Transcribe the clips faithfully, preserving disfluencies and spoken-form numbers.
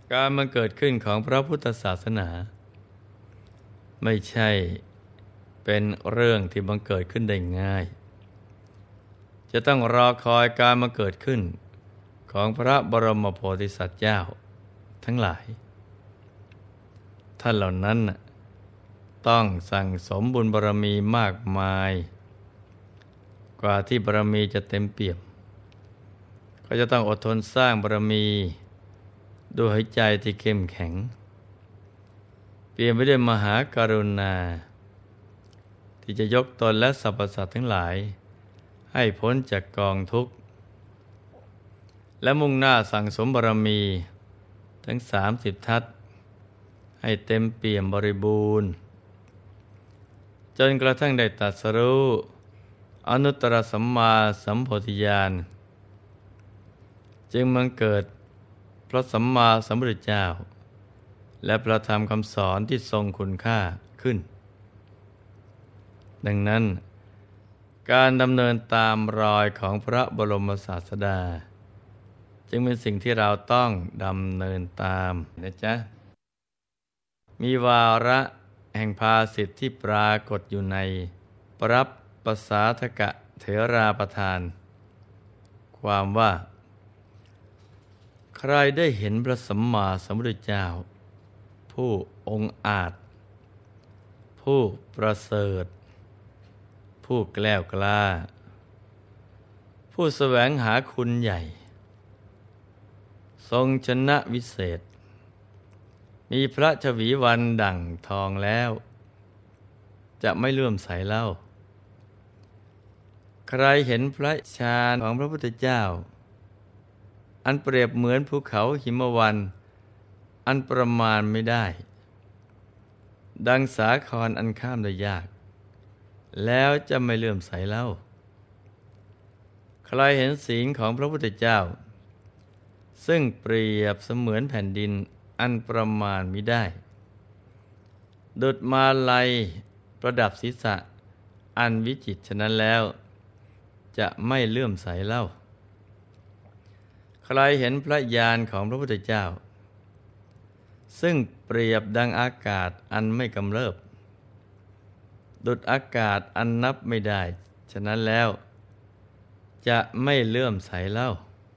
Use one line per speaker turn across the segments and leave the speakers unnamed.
การบังเกิดขึ้นของพระพุทธศาสนาไม่ใช่เป็นเรื่องที่บังเกิดขึ้นได้ง่ายจะต้องรอคอยการบังเกิดขึ้นของพระบรมโพธิสัตว์เจ้าทั้งหลายท่านเหล่านั้นต้องสั่งสมบุญบารมีมากมายกว่าที่บารมีจะเต็มเปี่ยมก็จะต้องอดทนสร้างบารมีด้วยใจที่เข้มแข็งเปี่ยมไปด้วยมหากรุณาที่จะยกตนและสรรพสัตว์ทั้งหลายให้พ้นจากกองทุกข์และมุ่งหน้าสั่งสมบารมีทั้งสามสิบทัศให้เต็มเปี่ยมบริบูรณ์จนกระทั่งได้ตรัสรู้อนุตตรสัมมาสัมโพธิญาณจึงบังเกิดพระสัมมาสัมพุทธเจ้าและพระธรรมคำสอนที่ทรงคุณค่าขึ้นดังนั้นการดำเนินตามรอยของพระบรมศาสดาจึงเป็นสิ่งที่เราต้องดำเนินตามนะจ๊ะมีวาระแห่งภาสิทธิที่ปรากฏอยู่ในปรับปสาทกะเถราประทานความว่าใครได้เห็นพระสัมมาสัมพุทธเจ้าผู้องค์อาจผู้ประเสริฐผู้แกล้วกล้าผู้แสวงหาคุณใหญ่ทรงชนะวิเศษมีพระชวีวันดั่งทองแล้วจะไม่เลื่อมใสเล่าใครเห็นพระฌานของพระพุทธเจ้าอันเปรียบเหมือนภูเขาหิมวันอันประมาณไม่ได้ดังสาครอันข้ามได้ยากแล้วจะไม่เลื่อมใสเล่าใครเห็นศีลของพระพุทธเจ้าซึ่งเปรียบเสมือนแผ่นดินอันประมาณมิได้ดุจมาลัยประดับศีรษะอันวิจิตรฉะนั้นแล้วจะไม่เลื่อมใสเล่าใครเห็นพระญาณของพระพุทธเจ้าซึ่งเปรียบดังอากาศอันไม่กำเริบดุจอากาศอันนับไม่ได้ฉะนั้นแล้วจะไม่เลื่อมใสเล่า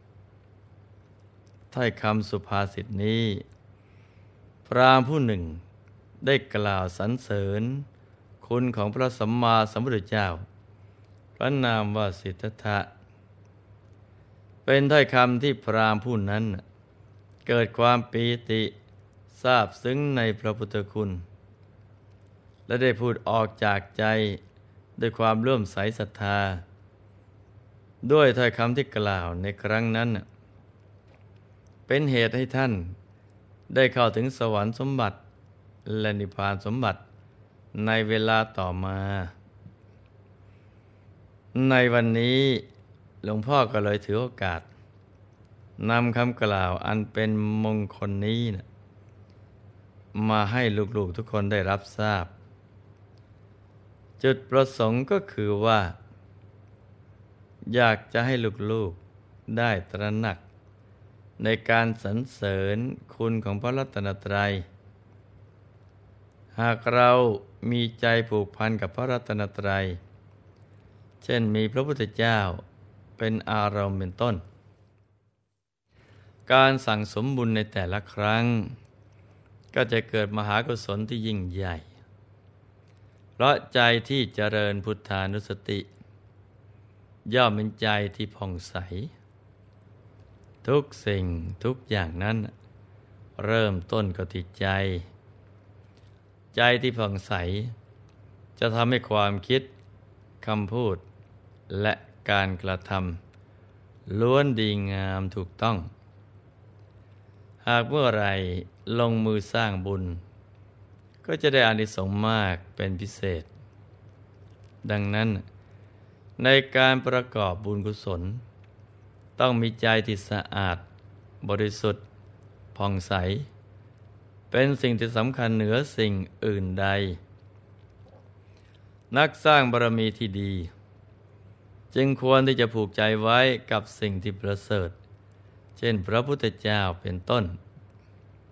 ถ้อยคำสุภาษิตนี้พราหมณ์ผู้หนึ่งได้กล่าวสรรเสริญคุณของพระสัมมาสัมพุทธเจ้าพระนามว่าสิทธัตถะเป็นถ้อยคำที่พราหมณ์ผู้นั้นเกิดความปีติซาบซึ้งในพระพุทธคุณและได้พูดออกจากใจด้วยความเลื่อมใสศรัทธาด้วยถ้อยคำที่กล่าวในครั้งนั้นเป็นเหตุให้ท่านได้เข้าถึงสวรรค์สมบัติและนิพพานสมบัติในเวลาต่อมาในวันนี้หลวงพ่อก็เลยถือโอกาสนำคำกล่าวอันเป็นมงคลนี้นะมาให้ลูกๆทุกคนได้รับทราบจุดประสงค์ก็คือว่าอยากจะให้ลูกๆได้ตระหนักในการสรรเสริญคุณของพระรัตนตรัยหากเรามีใจผูกพันกับพระรัตนตรัยเช่นมีพระพุทธเจ้าเป็นอารมณ์เป็นต้นการสั่งสมบุญในแต่ละครั้งก็จะเกิดมหากุศลที่ยิ่งใหญ่เพราะใจที่เจริญพุทธานุสติย่อมเป็นใจที่ผ่องใสทุกสิ่งทุกอย่างนั้นเริ่มต้นก็ที่ใจใจที่ผ่องใสจะทำให้ความคิดคำพูดและการกระทำล้วนดีงามถูกต้องหากเมื่อไรลงมือสร้างบุญก็จะได้อานิสงส์มากเป็นพิเศษดังนั้นในการประกอบบุญกุศลต้องมีใจที่สะอาดบริสุทธิ์ผ่องใสเป็นสิ่งที่สำคัญเหนือสิ่งอื่นใดนักสร้างบารมีที่ดีจึงควรที่จะผูกใจไว้กับสิ่งที่ประเสริฐเช่นพระพุทธเจ้าเป็นต้น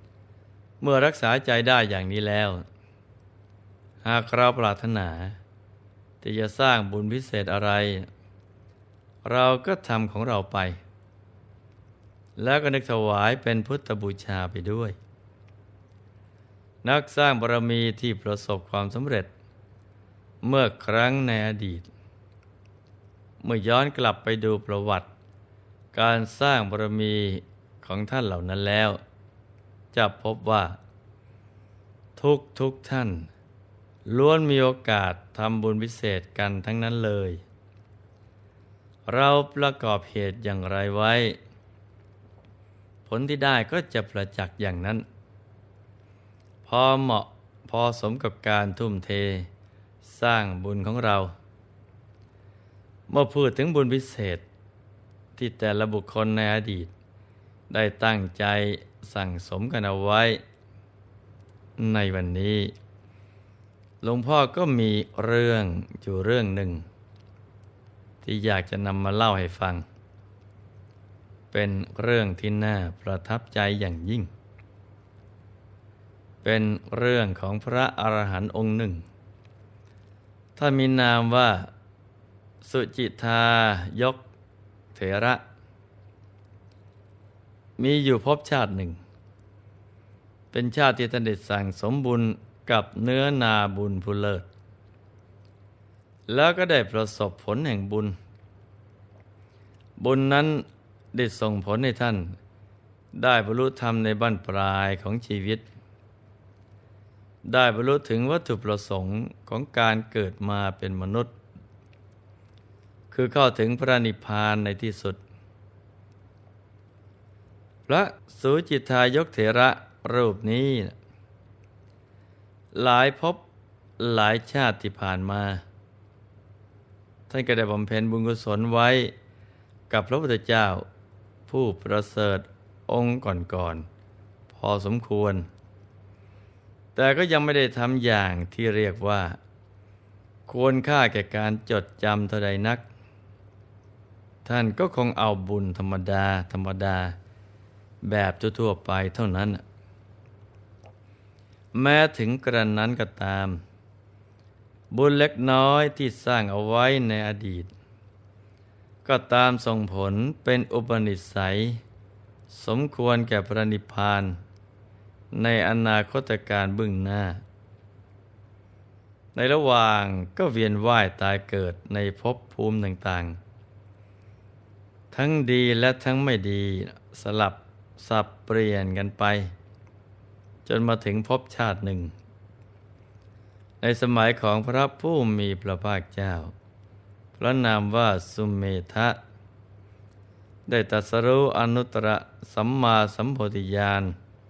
เมื่อรักษาใจได้อย่างนี้แล้ว หากเราปรารถนาที่จะสร้างบุญพิเศษอะไร เราก็ทำของเราไป แล้วก็นึกถวายเป็นพุทธบูชาไปด้วย นักสร้างบารมีที่ประสบความสำเร็จเมื่อครั้งในอดีต เมื่อย้อนกลับไปดูประวัติการสร้างบารมีของท่านเหล่านั้นแล้วจะพบว่าทุกทุกท่านล้วนมีโอกาสทำบุญพิเศษกันทั้งนั้นเลย เราประกอบเหตุอย่างไรไว้ผลที่ได้ก็จะประจักษ์อย่างนั้น พอเหมาะพอสมกับการทุ่มเทสร้างบุญของเรา เมื่อพูดถึงบุญพิเศษที่แต่ละบุคคลในอดีตได้ตั้งใจสั่งสมกันเอาไว้ในวันนี้หลวงพ่อก็มีเรื่องอยู่เรื่องหนึ่งที่อยากจะนำมาเล่าให้ฟังเป็นเรื่องที่น่าประทับใจอย่างยิ่งเป็นเรื่องของพระอรหันต์องค์หนึ่งท่านมีนามว่าสุจิทายกเถระมีอยู่ภพชาติหนึ่งเป็นชาติที่ท่านได้สั่งสมบุญกับเนื้อนาบุญผู้เลิศแล้วก็ได้ประสบผลแห่งบุญบุญนั้นได้ส่งผลให้ท่านได้บรรลุธรรมในบั้นปลายของชีวิตได้บรรลุถึงวัตถุประสงค์ของการเกิดมาเป็นมนุษย์คือเข้าถึงพระนิพพานในที่สุดพระสุจิทายกเถระรูปนี้หลายภพหลายชาติที่ผ่านมาท่านก็ได้บำเพ็ญบุญกุศลไว้กับพระพุทธเจ้าผู้ประเสริฐองค์ก่อนๆพอสมควรแต่ก็ยังไม่ได้ทำอย่างที่เรียกว่าควรค่าแก่การจดจำเท่าใดนักท่านก็คงเอาบุญธรรมดาธรรมดาแบบทั่วๆไปเท่านั้นแม้ถึงกระนั้นก็ตามบุญเล็กน้อยที่สร้างเอาไว้ในอดีตก็ตามส่งผลเป็นอุปนิสัยสมควรแก่พระนิพพานในอนาคตการเบื้องหน้าในระหว่างก็เวียนว่ายตายเกิดในภพภูมิต่างๆทั้งดีและทั้งไม่ดีสลับสับเปลี่ยนกันไปจนมาถึงภพชาติหนึ่งในสมัยของพระผู้มีพระภาคเจ้าพระนามว่าสุเมธะได้ตรัสรู้อนุตตรสัมมาสัมโพธิญาณ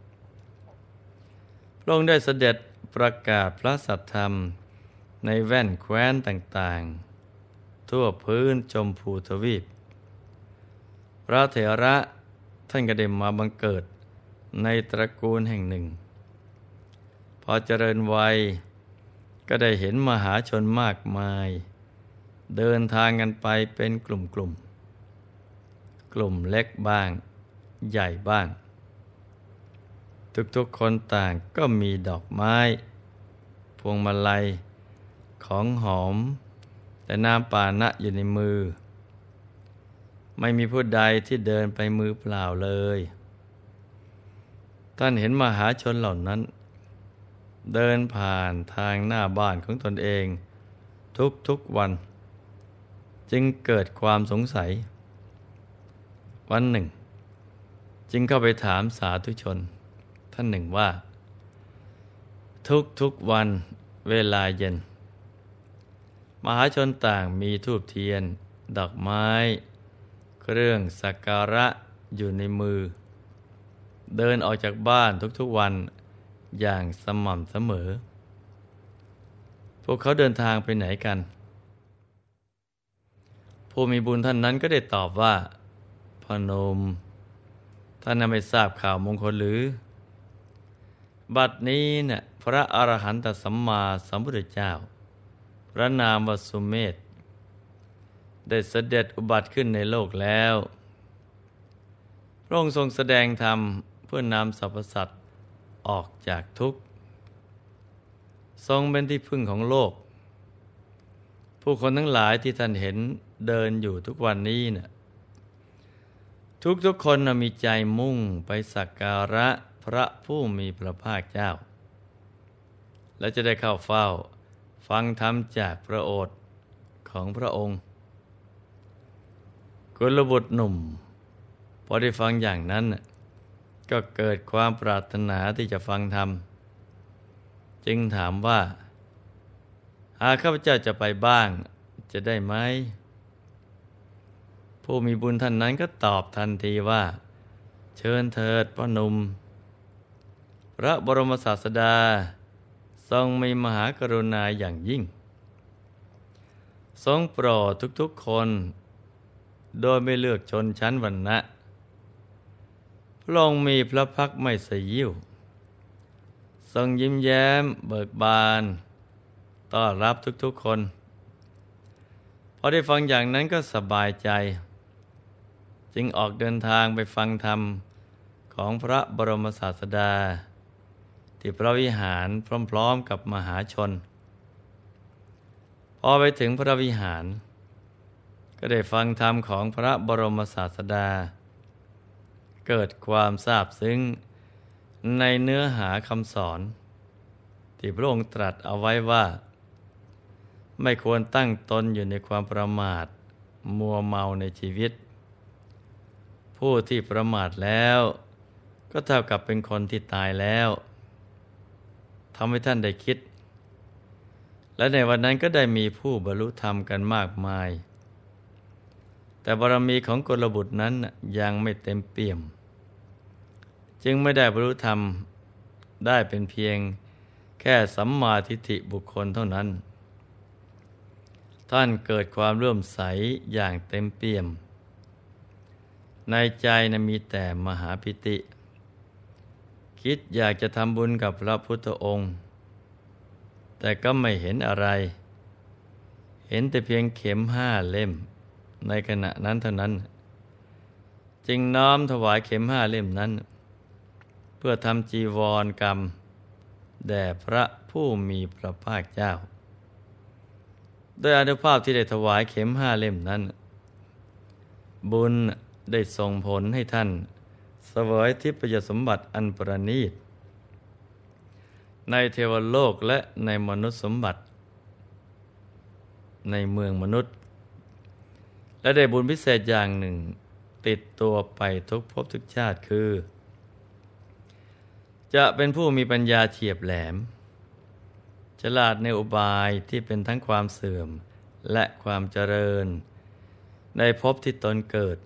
พระองค์ได้เสด็จประกาศพระสัทธรรมในแว่นแคว้นต่างๆทั่วพื้นชมพูทวีปพระเถระท่านก็ได้มาบังเกิดในตระกูลแห่งหนึ่งพอเจริญวัยก็ได้เห็นมหาชนมากมายเดินทางกันไปเป็นกลุ่มๆ ก, กลุ่มเล็กบ้างใหญ่บ้างทุกๆคนต่างก็มีดอกไม้พวงมาลัยของหอมและน้ำปานะอยู่ในมือไม่มีผู้ใดที่เดินไปมือเปล่าเลยท่านเห็นมหาชนเหล่านั้นเดินผ่านทางหน้าบ้านของตนเองทุกๆวันจึงเกิดความสงสัยวันหนึ่งจึงเข้าไปถามสาธุชนท่านหนึ่งว่าทุกๆวันเวลาเย็นมหาชนต่างมีธูปเทียนดอกไม้เครื่องสักการะอยู่ในมือเดินออกจากบ้านทุกๆวันอย่างสม่ำเสมอพวกเขาเดินทางไปไหนกันผู้มีบุญท่านนั้นก็ได้ตอบว่าพนมท่านนั้นไม่ทราบข่าวมงคลหรือบัดนี้เนี่ยพระอรหันตสัมมาสัมพุทธเจ้าพระนามวสุเมธได้เสด็จอุบัติขึ้นในโลกแล้วพระองค์ทรงแสดงธรรมเพื่อนำสรรพสัตว์ออกจากทุกข์ทรงเป็นที่พึ่งของโลกผู้คนทั้งหลายที่ท่านเห็นเดินอยู่ทุกวันนี้เนี่ยทุกๆคนนะมีใจมุ่งไปสักการะพระผู้มีพระภาคเจ้าและจะได้เข้าเฝ้าฟังธรรมจากพระโอษฐ์ของพระองค์กุลบุตรหนุ่มพอได้ฟังอย่างนั้นก็เกิดความปรารถนาที่จะฟังธรรมจึงถามว่าหากข้าพเจ้าจะไปบ้างจะได้ไหมผู้มีบุญท่านนั้นก็ตอบทันทีว่าเชิญเถิดพ่อหนุ่มพระบรมศาสดาทรงมีมหากรุณาอย่างยิ่งทรงโปรดทุกๆคนโดยไม่เลือกชนชั้นวรรณะพระองค์มีพระพักตร์ไม่สยิวทรงยิ้มแย้มเบิกบานต้อนรับทุกๆคนพอได้ฟังอย่างนั้นก็สบายใจจึงออกเดินทางไปฟังธรรมของพระบรมศาสดาที่พระวิหารพร้อมๆกับมหาชนพอไปถึงพระวิหารก็ได้ฟังธรรมของพระบรมศาสดาเกิดความซาบซึ้งในเนื้อหาคำสอนที่พระองค์ตรัสเอาไว้ว่าไม่ควรตั้งตนอยู่ในความประมาทมัวเมาในชีวิตผู้ที่ประมาทแล้วก็เท่ากับเป็นคนที่ตายแล้วทำให้ท่านได้คิดและในวันนั้นก็ได้มีผู้บรรลุธรรมกันมากมายแต่บารมีของกุลบุตรนั้นยังไม่เต็มเปี่ยมจึงไม่ได้บรรลุธรรมได้เป็นเพียงแค่สัมมาทิฏฐิบุคคลเท่านั้นท่านเกิดความเลื่อมใสอย่างเต็มเปี่ยมในใจนะมีแต่มหาปิติคิดอยากจะทำบุญกับพระพุทธองค์แต่ก็ไม่เห็นอะไรเห็นแต่เพียงเข็มห้าเล่มในขณะนั้นเท่านั้นจึงน้อมถวายเข็มห้าเล่มนั้นเพื่อทำจีวรกรรมแด่พระผู้มีพระภาคเจ้าโดยอานุภาพที่ได้ถวายเข็มห้าเล่มนั้นบุญได้ส่งผลให้ท่านเสวยทิพยสมบัติอันประณีตในเทวโลกและในมนุษย์สมบัติในเมืองมนุษย์และได้บุญพิเศษอย่างหนึ่งติดตัวไปทุกภพทุกชาติคือจะเป็นผู้มีปัญญาเฉียบแหลมฉลาดในอุบายที่เป็นทั้งความเสื่อมและความเจริญในภพที่ตนเกิด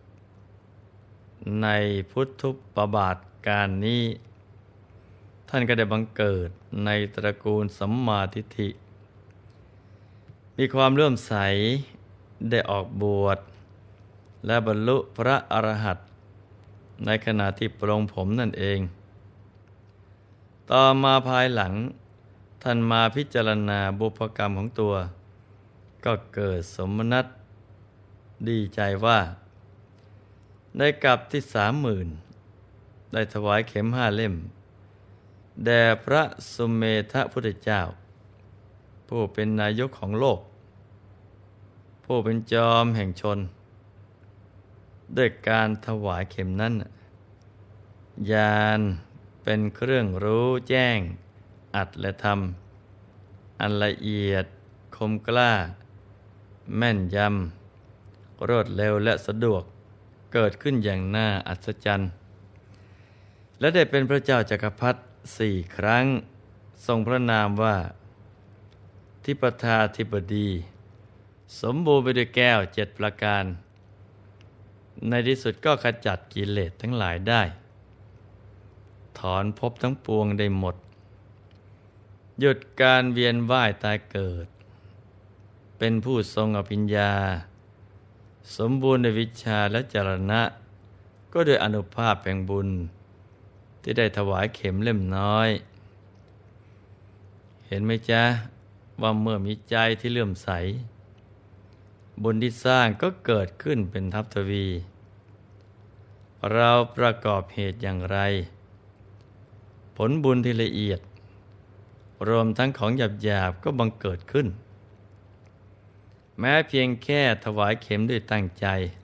ในพุทธุปบาทการนี้ท่านก็ได้บังเกิดในตระกูลสัมมาทิฏฐิมีความเลื่อมใสได้ออกบวชและบรรลุพระอรหันต์ในขณะที่ปรงผมนั่นเองต่อมาภายหลังท่านมาพิจารณาบุพกรรมของตัวก็เกิดสมนัสดีใจว่าในกัปที่สามหมื่นได้ถวายเข็มห้าเล่มแด่พระสุเมธพุทธเจ้าผู้เป็นนายกของโลกผู้เป็นจอมแห่งชนด้วยการถวายเข็มนั้นญาณเป็นเครื่องรู้แจ้งอัตและธรรมอันละเอียดคมกล้าแม่นยำรวดเร็วและสะดวกเกิดขึ้นอย่างน่าอัศจรรย์และได้เป็นพระเจ้าจักรพรรดิสี่ครั้งทรงพระนามว่าทิปทาธิบดีสมบูรณ์ไปด้วยแก้วเจ็ดประการในที่สุดก็ขจัดกิเลสทั้งหลายได้ถอนภพทั้งปวงได้หมดหยุดการเวียนว่ายตายเกิดเป็นผู้ทรงอภิญญาสมบูรณ์ในวิชาและจรณะก็โดยอนุภาพแห่งบุญที่ได้ถวายเข็มเล่มน้อยเห็นไหมจ๊ะว่าเมื่อมีใจที่เลื่อมใสบุญที่สร้างก็เกิดขึ้นเป็นทัพทวีเราประกอบเหตุอย่างไรผลบุญที่ละเอียดรวมทั้งของหยาบๆก็บังเกิดขึ้นแม้เพียงแค่ถวายเข็มด้วยตั้งใจ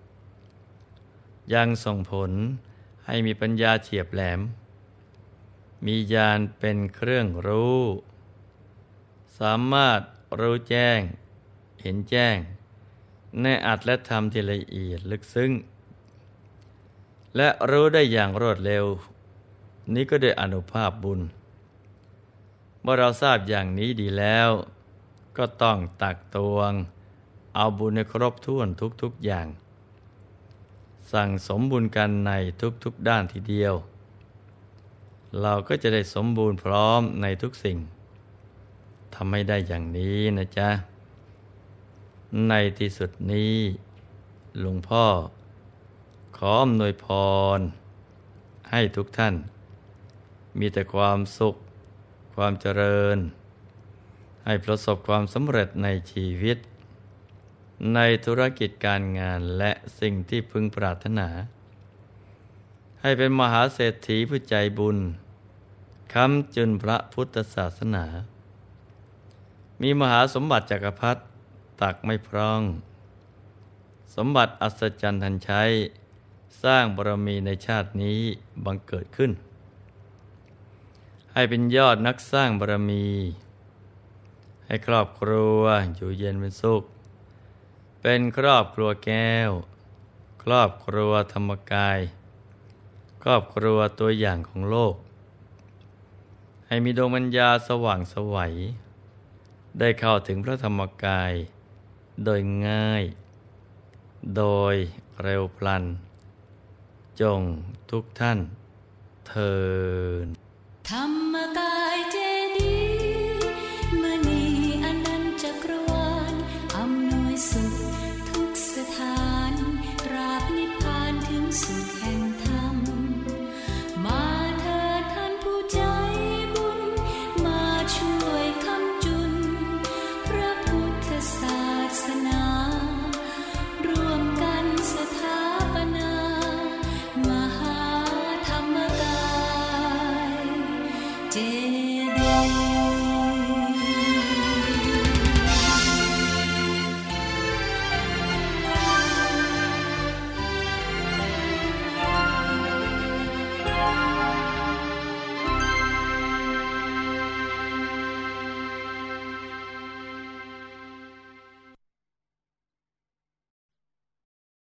ยังส่งผลให้มีปัญญาเฉียบแหลมมีญาณเป็นเครื่องรู้สามารถรู้แจ้งเห็นแจ้งในอัตและธรรมที่ละเอียดลึกซึ้งและรู้ได้อย่างรวดเร็วนี้ก็ด้วยอานุภาพบุญเมื่อเราทราบอย่างนี้ดีแล้วก็ต้องตักตวงเอาบุญให้ครบถ้วนทุกๆอย่างสั่งสมบุญกันในทุกๆด้านทีเดียวเราก็จะได้สมบูรณ์พร้อมในทุกสิ่งทำให้ได้อย่างนี้นะจ๊ะในที่สุดนี้หลวงพ่อขออำนวยพรให้ทุกท่านมีแต่ความสุขความเจริญให้ประสบความสำเร็จในชีวิตในธุรกิจการงานและสิ่งที่พึงปรารถนาให้เป็นมหาเศรษฐีผู้ใจบุญค้ำจุนพระพุทธศาสนามีมหาสมบัติจักรพรรดิตักไม่พร่องสมบัติอัศจรรย์ทันใช้สร้างบารมีในชาตินี้บังเกิดขึ้นให้เป็นยอดนักสร้างบารมีให้ครอบครัวอยู่เย็นเป็นสุขเป็นครอบครัวแก้วครอบครัวธรรมกายครอบครัวตัวอย่างของโลกให้มีดวงปัญญาสว่างไสวได้เข้าถึงพระธรรมกายโดยง่ายโดยเร็วพลันจงทุกท่านเทอญธรรมกาย